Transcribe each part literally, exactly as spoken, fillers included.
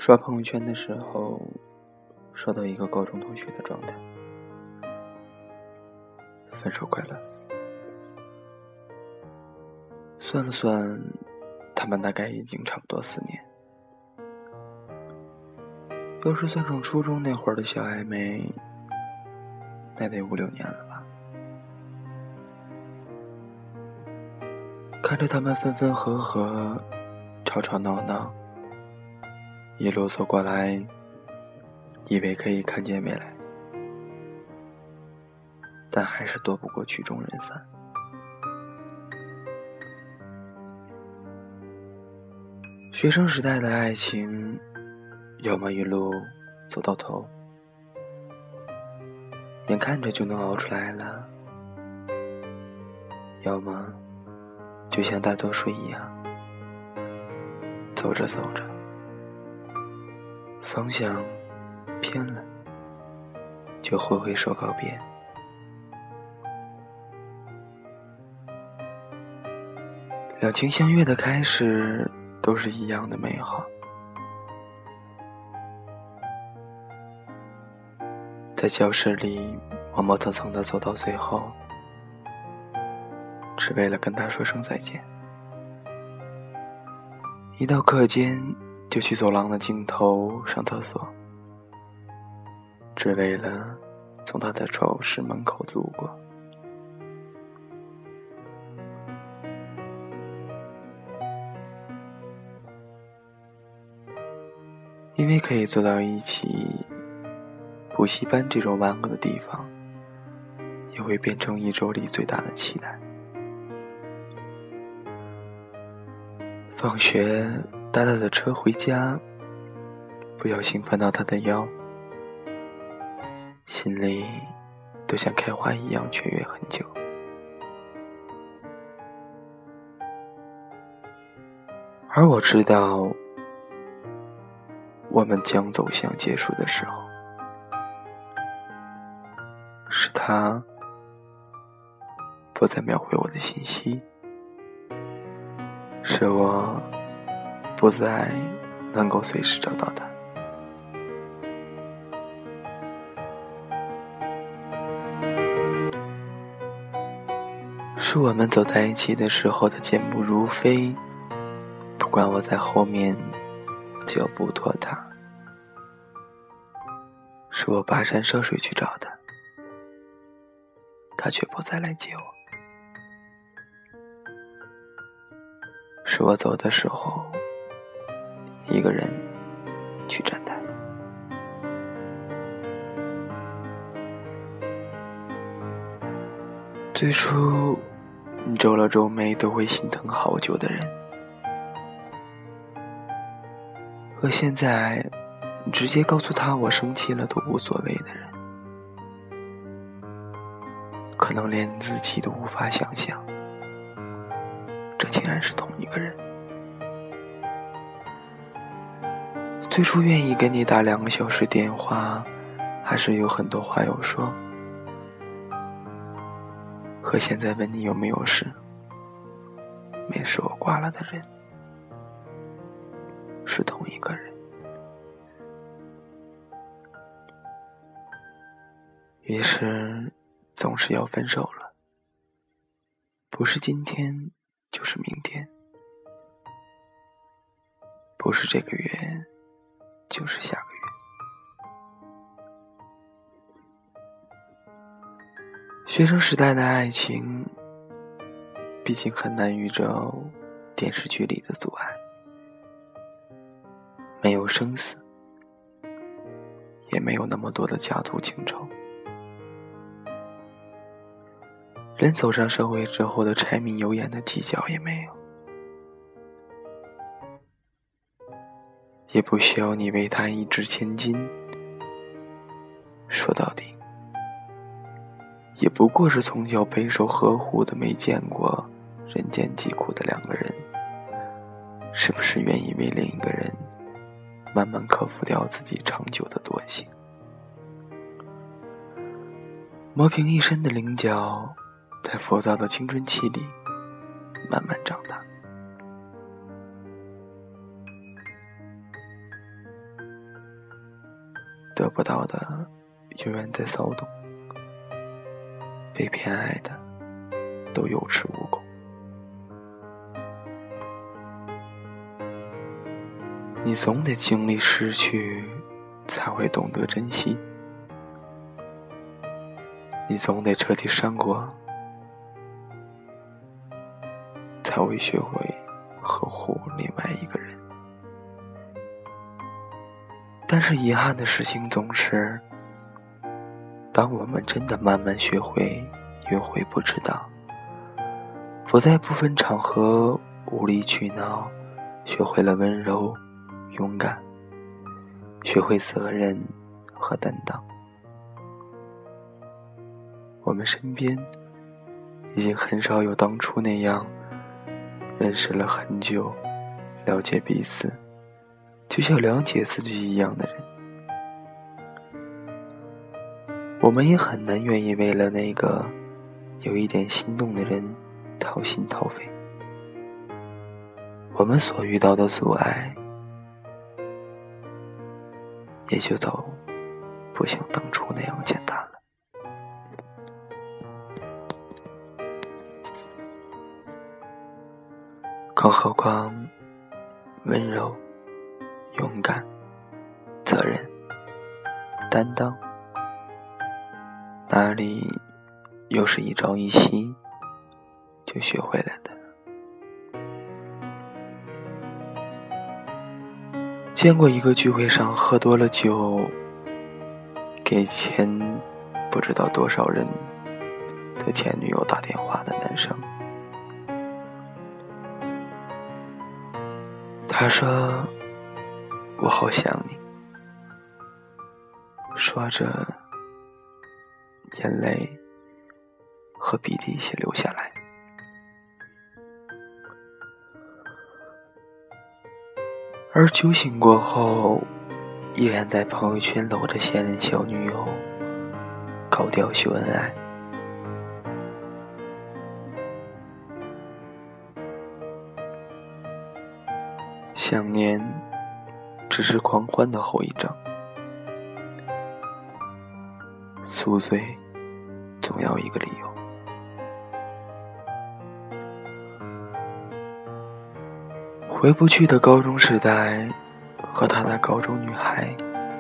刷朋友圈的时候，刷到一个高中同学的状态：分手快乐。算了算，他们大概已经差不多四年。要是算上初中那会儿的小暧昧，那得五六年了吧。看着他们分分合合，吵吵闹闹，一路走过来，以为可以看见未来，但还是躲不过曲终人散。学生时代的爱情，要么一路走到头，眼看着就能熬出来了，要么就像大多数一样，走着走着，方向偏了，就挥挥手告别。两情相悦的开始都是一样的美好，在教室里磨磨蹭蹭地走到最后，只为了跟他说声再见。一到课间就去走廊的尽头上厕所，只为了从他的教室门口路过。因为可以坐到一起，补习班这种万恶的地方也会变成一周里最大的期待。放学搭他的车回家，不小心翻到他的腰，心里都像开花一样雀跃很久。而我知道我们将走向结束的时候，是他不再秒回我的信息，是我不再能够随时找到他。是我们走在一起的时候的健步如飞，不管我在后面就要不拖他。是我跋山涉水去找他，他却不再来接我。是我走的时候，一个人去站台。最初你皱了皱眉都会心疼好久的人，和现在你直接告诉他我生气了都无所谓的人，可能连自己都无法想象，这竟然是同一个人。最初愿意给你打两个小时电话，还是有很多话要说，和现在问你有没有事，没事我挂了的人，是同一个人。于是总是要分手了，不是今天就是明天，不是这个月就是下个月。学生时代的爱情毕竟很难遇着电视剧里的阻碍，没有生死，也没有那么多的家族情仇，连走上社会之后的柴米油盐的计较也没有，也不需要你为他一掷千金。说到底，也不过是从小备受呵护的没见过人间疾苦的两个人，是不是愿意为另一个人慢慢克服掉自己长久的惰性，磨平一身的棱角，在浮躁的青春期里慢慢长大。 得不到的永远在骚动，被偏爱的都有恃无恐。你总得经历失去，才会懂得珍惜；你总得彻底伤过，才会学会呵护另外一个人。但是遗憾的事情总是，当我们真的慢慢学会约会不迟到，不在部分场合无理取闹，学会了温柔勇敢，学会责任和担当，我们身边已经很少有当初那样认识了很久，了解彼此就像了解自己一样的人。我们也很难愿意为了那个有一点心动的人掏心掏肺。我们所遇到的阻碍也就早不像当初那样简单了。更何况温柔勇敢责任担当，哪里又是一朝一夕就学会了的？见过一个聚会上喝多了酒，给前不知道多少人的前女友打电话的男生。他说：我好想你，说着眼泪和鼻涕一起流下来。而酒醒过后，依然在朋友圈搂着现任小女友高调秀恩爱。想念只是狂欢的后遗症，宿醉总要一个理由。回不去的高中时代和他的高中女孩，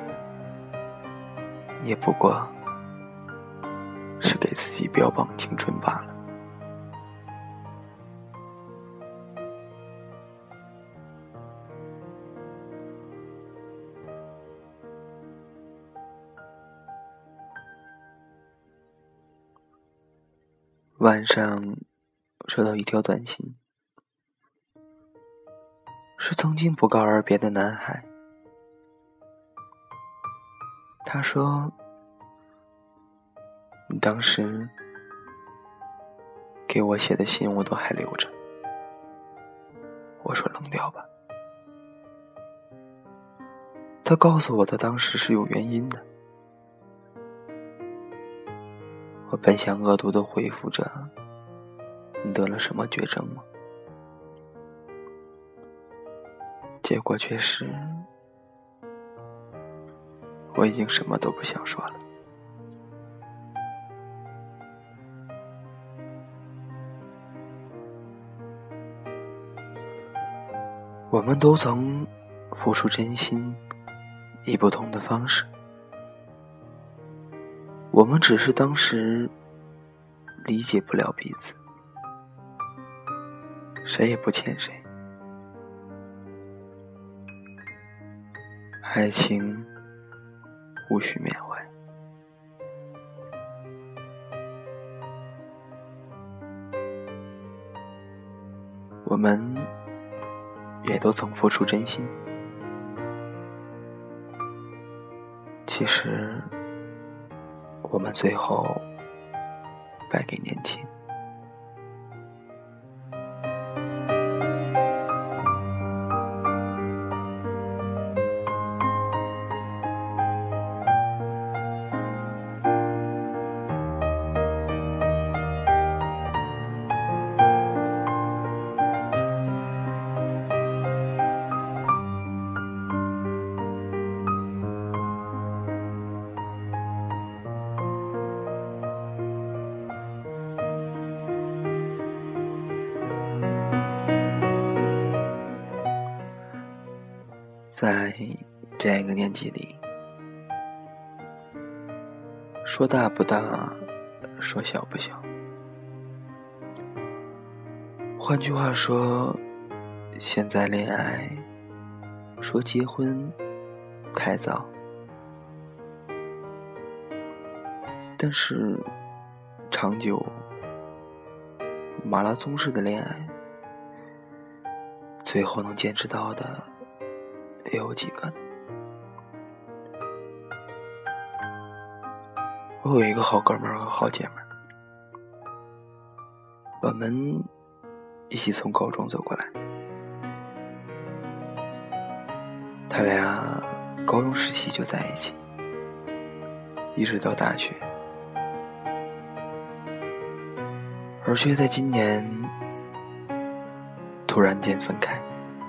也不过是给自己标榜青春罢了。晚上收到一条短信，是曾经不告而别的男孩。他说：你当时给我写的信我都还留着。我说扔掉吧。他告诉我他当时是有原因的。我本想恶毒地回复着：你得了什么绝症吗？结果却是我已经什么都不想说了。我们都曾付出真心，以不同的方式。我们只是当时理解不了彼此，谁也不欠谁。爱情无需缅怀。我们也都曾付出真心，其实我们最后败给年轻。 在这样一个年纪里，说大不大，说小不小。换句话说，现在恋爱说结婚太早，但是长久马拉松式的恋爱，最后能坚持到的也有几个呢？我有一个好哥们儿和好姐们儿，我们一起从高中走过来。他俩高中时期就在一起，一直到大学，而却在今年突然间分开。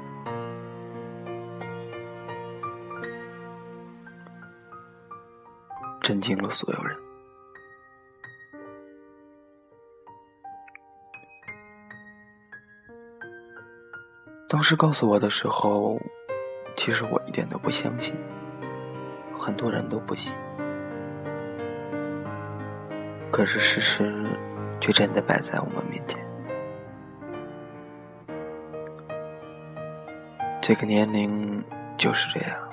震惊了所有人。当时告诉我的时候，其实我一点都不相信，很多人都不信，可是事实却真的摆在我们面前。这个年龄就是这样，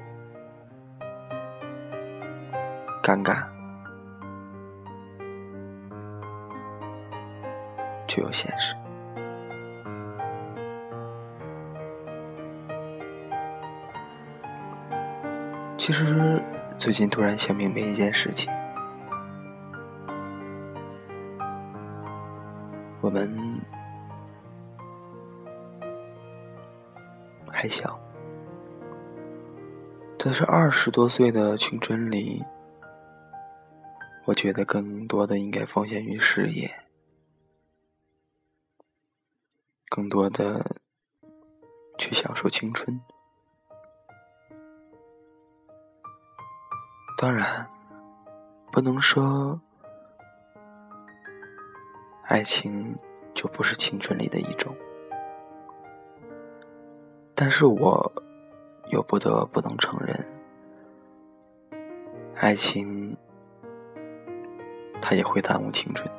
尴尬却又现实。其实最近突然想明白一件事情，我们还小，在这二十多岁的青春里，我觉得更多的应该奉献于事业，更多的去享受青春。当然，不能说爱情就不是青春里的一种，但是我又不得不能承认，爱情它也会耽误青春。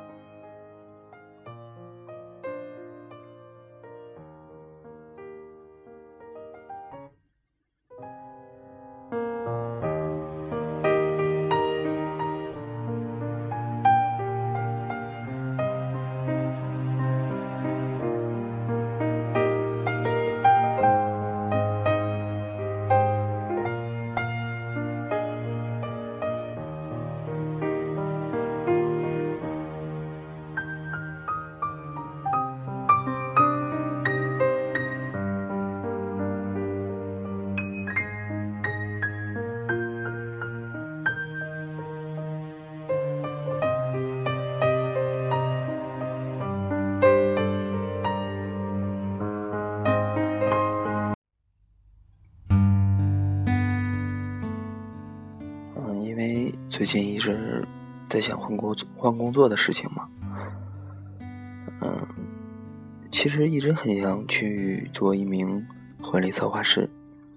最近一直在想换工作换工作的事情嘛，嗯，其实一直很想去做一名婚礼策划师，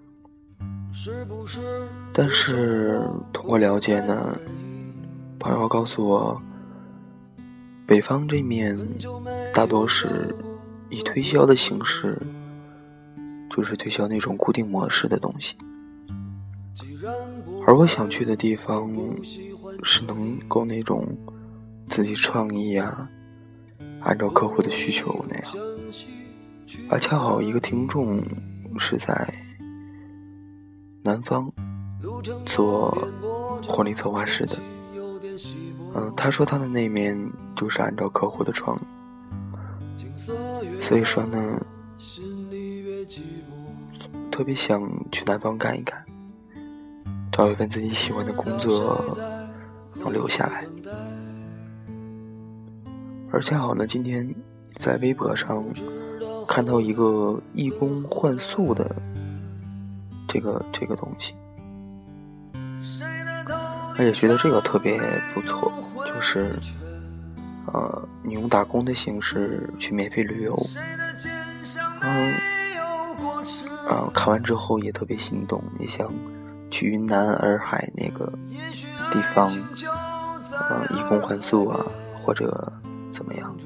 但是通过了解呢，朋友告诉我，北方这面大多是以推销的形式，就是推销那种固定模式的东西。而我想去的地方是能够那种自己创意啊，按照客户的需求那样。而恰好一个听众是在南方做婚礼策划师的，嗯，他说他的那面就是按照客户的创意，所以说呢，特别想去南方干一干，找一份自己喜欢的工作，能留下来。而恰好呢，今天在微博上看到一个义工换宿的这个这个东西，而且觉得这个特别不错，就是呃，你用打工的形式去免费旅游，嗯， 呃，看完之后也特别心动，也想去云南洱海那个地方，呃，以工还宿啊，或者怎么样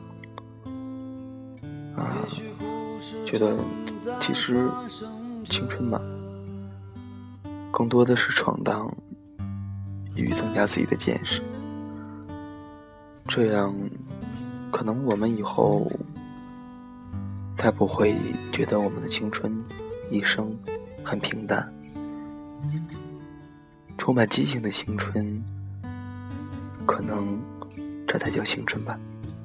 啊、呃？觉得其实青春嘛，更多的是闯荡与增加自己的见识，这样可能我们以后才不会觉得我们的青春一生很平淡。充满激情的青春，可能这才叫青春吧。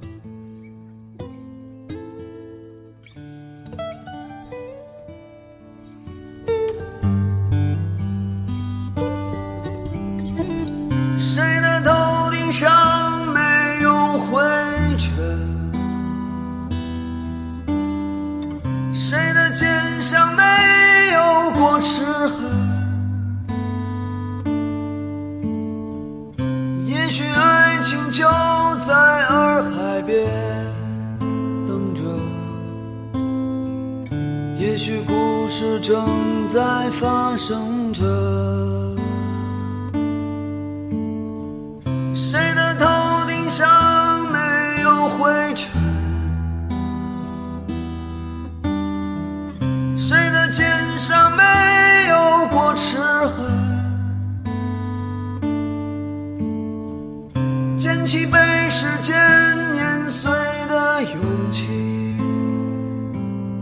谁的头顶上没有灰尘，谁的肩上没有过齿痕，也许爱情就在洱海边等着，也许故事正在发生着。谁的头顶上没有灰尘，谁的肩上没有过齿痕，捡起被时间碾碎的勇气，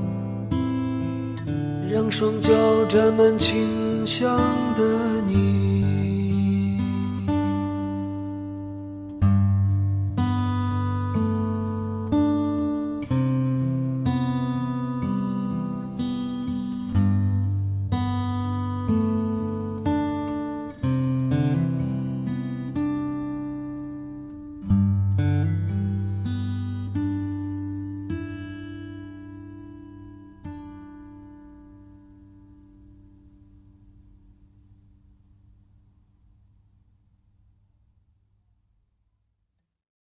让双脚沾满清香的你。